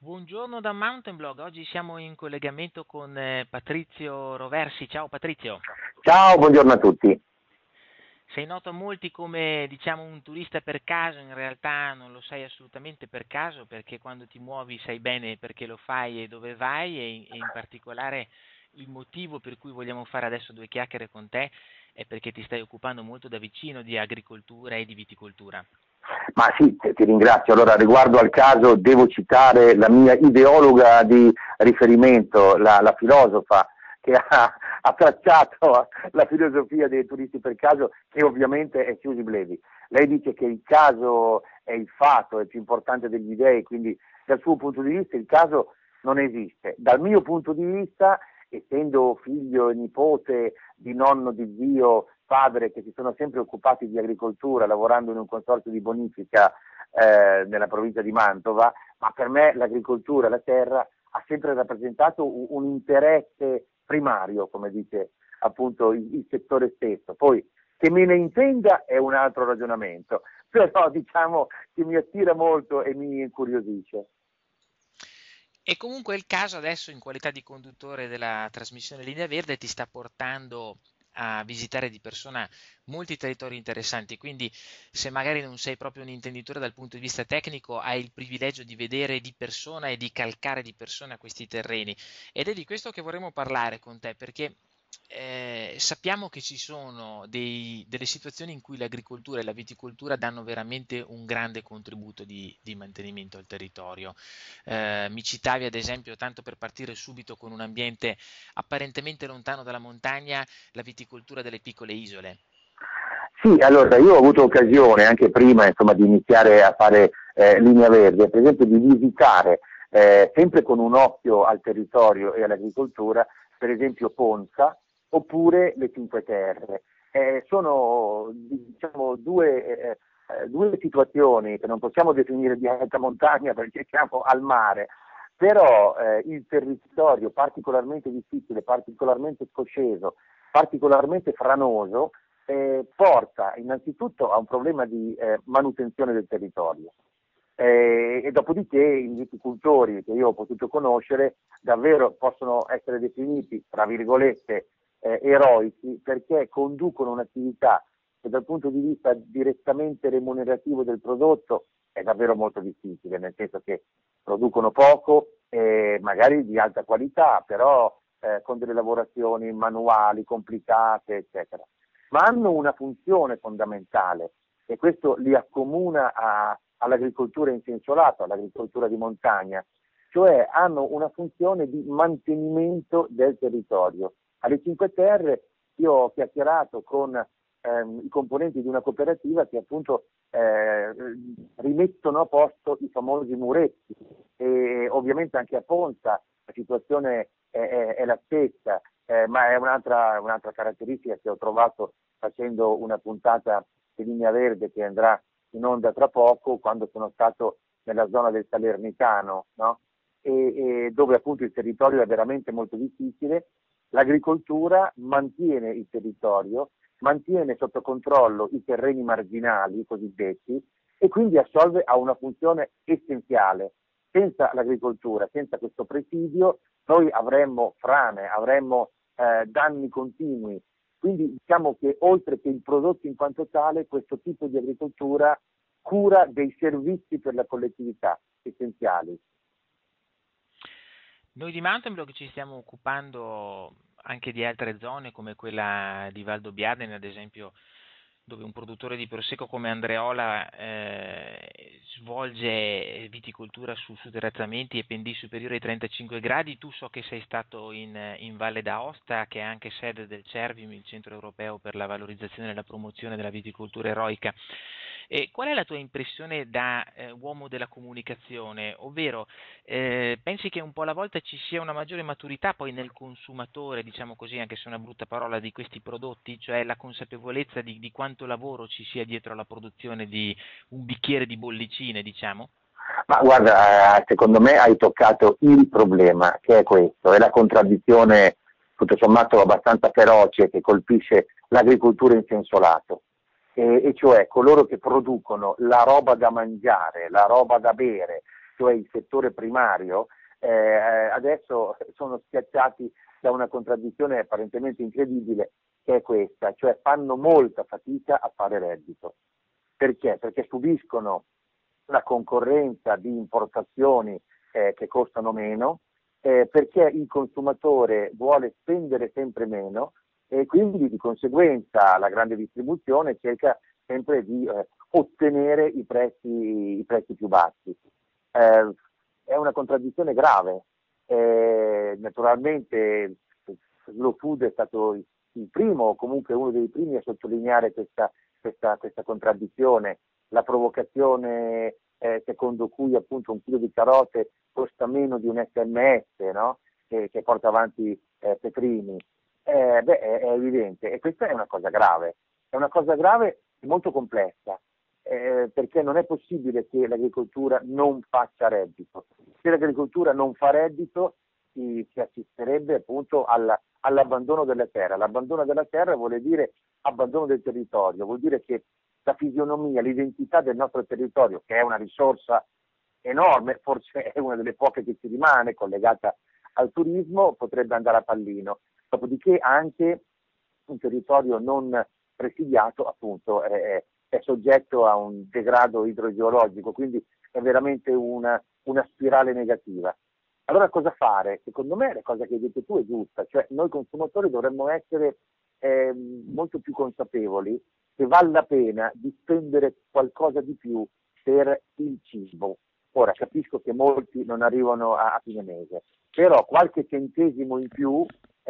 Buongiorno da Mountain Blog, oggi siamo in collegamento con Patrizio Roversi. Ciao Patrizio, Ciao, buongiorno a tutti. sei noto a molti come diciamo un turista per caso, in realtà non lo sei assolutamente per caso perché quando ti muovi sai bene perché lo fai e dove vai e in particolare il motivo per cui vogliamo fare adesso due chiacchiere con te è perché ti stai occupando molto da vicino di agricoltura e di viticoltura. Ma sì, ti ringrazio. Allora, riguardo al caso, devo citare la mia ideologa di riferimento, la filosofa che ha tracciato la filosofia dei turisti per caso, che ovviamente è Suzy Blevi. Lei dice che il caso è il fatto, è più importante degli dei, quindi dal suo punto di vista il caso non esiste. Dal mio punto di vista, essendo figlio e nipote di nonno, di zio, padre che si sono sempre occupati di agricoltura lavorando in un consorzio di bonifica nella provincia di Mantova, ma per me l'agricoltura, la terra, ha sempre rappresentato un interesse primario, come dice appunto il settore stesso. Poi che me ne intenda è un altro ragionamento, però diciamo che mi attira molto e mi incuriosisce. E comunque il caso adesso in qualità di conduttore della trasmissione Linea Verde ti sta portando a visitare di persona molti territori interessanti, quindi se magari non sei proprio un intenditore dal punto di vista tecnico, hai il privilegio di vedere di persona e di calcare di persona questi terreni. Ed è di questo che vorremmo parlare con te, perché sappiamo che ci sono delle situazioni in cui l'agricoltura e la viticoltura danno veramente un grande contributo di mantenimento al territorio. Mi citavi ad esempio, tanto per partire subito con un ambiente apparentemente lontano dalla montagna, la viticoltura delle piccole isole. Sì, allora io ho avuto occasione anche prima insomma, di iniziare a fare linea verde, per esempio di visitare sempre con un occhio al territorio e all'agricoltura, per esempio Ponza oppure le Cinque Terre. Sono diciamo, due situazioni che non possiamo definire di alta montagna perché siamo al mare, però il territorio particolarmente difficile, particolarmente scosceso, particolarmente franoso, porta innanzitutto a un problema di manutenzione del territorio. E dopodiché i viticoltori che io ho potuto conoscere davvero possono essere definiti, tra virgolette, eroici perché conducono un'attività che dal punto di vista direttamente remunerativo del prodotto è davvero molto difficile, nel senso che producono poco, magari di alta qualità, però con delle lavorazioni manuali complicate, eccetera, ma hanno una funzione fondamentale e questo li accomuna all'agricoltura in senso lato, all'agricoltura di montagna, cioè hanno una funzione di mantenimento del territorio. Alle Cinque Terre io ho chiacchierato con i componenti di una cooperativa che appunto rimettono a posto i famosi muretti e ovviamente anche a Ponza la situazione è la stessa, ma è un'altra caratteristica che ho trovato facendo una puntata di Linea Verde che andrà in onda tra poco, quando sono stato nella zona del Salernitano, no? E dove appunto il territorio è veramente molto difficile, l'agricoltura mantiene il territorio, mantiene sotto controllo i terreni marginali, i cosiddetti, e quindi assolve a una funzione essenziale. Senza l'agricoltura, senza questo presidio, noi avremmo frane, avremmo danni continui. Quindi diciamo che oltre che il prodotto in quanto tale, questo tipo di agricoltura cura dei servizi per la collettività essenziali. Noi di Mountainblock ci stiamo occupando anche di altre zone come quella di Valdobbiadene, ad esempio, dove un produttore di prosecco come Andreola svolge viticoltura su terrazzamenti e pendii superiori ai 35 gradi. Tu so che sei stato in Valle d'Aosta, che è anche sede del CERVIM, il Centro Europeo per la Valorizzazione e la Promozione della Viticoltura Eroica. E qual è la tua impressione da uomo della comunicazione? Ovvero, pensi che un po' alla volta ci sia una maggiore maturità poi nel consumatore, diciamo così, anche se è una brutta parola, di questi prodotti, cioè la consapevolezza di quanto lavoro ci sia dietro alla produzione di un bicchiere di bollicine, diciamo? Ma guarda, secondo me hai toccato il problema, che è questo, è la contraddizione tutto sommato abbastanza feroce che colpisce l'agricoltura in senso lato, e cioè coloro che producono la roba da mangiare, la roba da bere, cioè il settore primario, adesso sono schiacciati da una contraddizione apparentemente incredibile, che è questa, cioè fanno molta fatica a fare reddito. Perché? Perché subiscono la concorrenza di importazioni che costano meno, perché il consumatore vuole spendere sempre meno e quindi di conseguenza la grande distribuzione cerca sempre di ottenere i prezzi più bassi. È una contraddizione grave. Naturalmente Slow Food è stato il primo, o comunque uno dei primi a sottolineare questa contraddizione, la provocazione secondo cui appunto un chilo di carote costa meno di un SMS, no? che porta avanti Petrini. È evidente, e questa è una cosa grave e molto complessa, perché non è possibile che l'agricoltura non faccia reddito. Se l'agricoltura non fa reddito si assisterebbe appunto all'abbandono della terra. L'abbandono della terra vuole dire abbandono del territorio, vuol dire che la fisionomia, l'identità del nostro territorio, che è una risorsa enorme, forse è una delle poche che ci rimane collegata al turismo, potrebbe andare a pallino. Dopodiché anche un territorio non presidiato appunto è soggetto a un degrado idrogeologico, quindi è veramente una spirale negativa. Allora cosa fare? Secondo me la cosa che hai detto tu è giusta, cioè noi consumatori dovremmo essere molto più consapevoli che vale la pena di spendere qualcosa di più per il cibo. Ora capisco che molti non arrivano a fine mese, però qualche centesimo in più,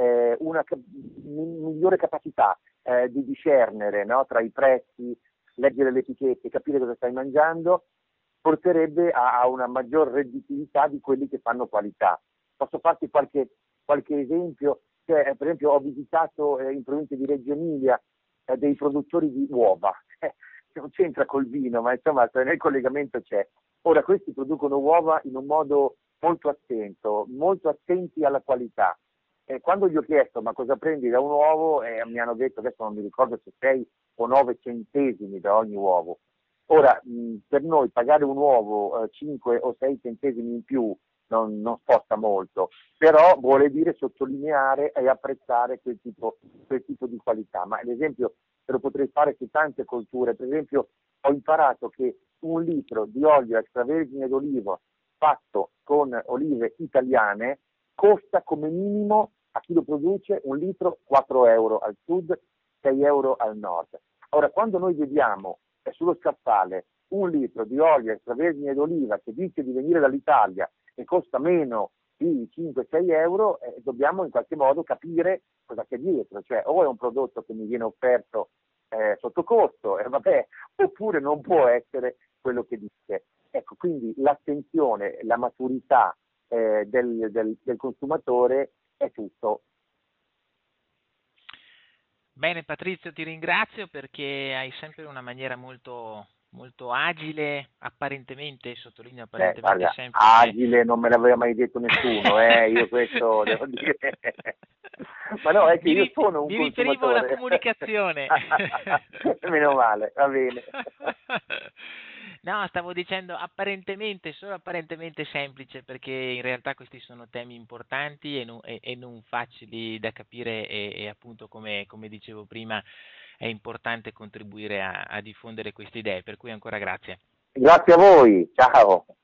una migliore capacità di discernere, no, tra i prezzi, leggere le etichette, capire cosa stai mangiando, porterebbe a una maggior redditività di quelli che fanno qualità. Posso farti qualche esempio? Cioè, per esempio ho visitato in provincia di Reggio Emilia dei produttori di uova, non c'entra col vino, ma insomma nel collegamento c'è. Ora questi producono uova in un modo molto attento, molto attenti alla qualità. Quando gli ho chiesto ma cosa prendi da un uovo, mi hanno detto, adesso non mi ricordo se 6 o 9 centesimi da ogni uovo. Ora, per noi pagare un uovo 5 o 6 centesimi in più non sposta molto, però vuole dire sottolineare e apprezzare quel tipo di qualità. Ma ad esempio te lo potrei fare su tante colture. Per esempio ho imparato che un litro di olio extravergine d'olivo fatto con olive italiane costa come minimo a chi lo produce un litro 4 euro al sud, 6 euro al nord. Ora, quando noi vediamo sullo scaffale un litro di olio extravergine d'oliva che dice di venire dall'Italia e costa meno di 5-6 euro, dobbiamo in qualche modo capire cosa c'è dietro, cioè o è un prodotto che mi viene offerto sotto costo, oppure non può essere quello che dice. Ecco, quindi l'attenzione, la maturità del consumatore è tutto. Bene Patrizio, ti ringrazio perché hai sempre una maniera molto, molto agile, apparentemente, sottolineo apparentemente Guarda, semplice. agile non me l'aveva mai detto nessuno, io questo devo dire. Ma no, è che io sono un Mi riferivo alla consumatore. comunicazione. Meno male, va bene. No, stavo dicendo apparentemente, solo apparentemente semplice, perché in realtà questi sono temi importanti e non facili da capire e appunto come dicevo prima è importante contribuire a diffondere queste idee, per cui ancora grazie. Grazie a voi, ciao.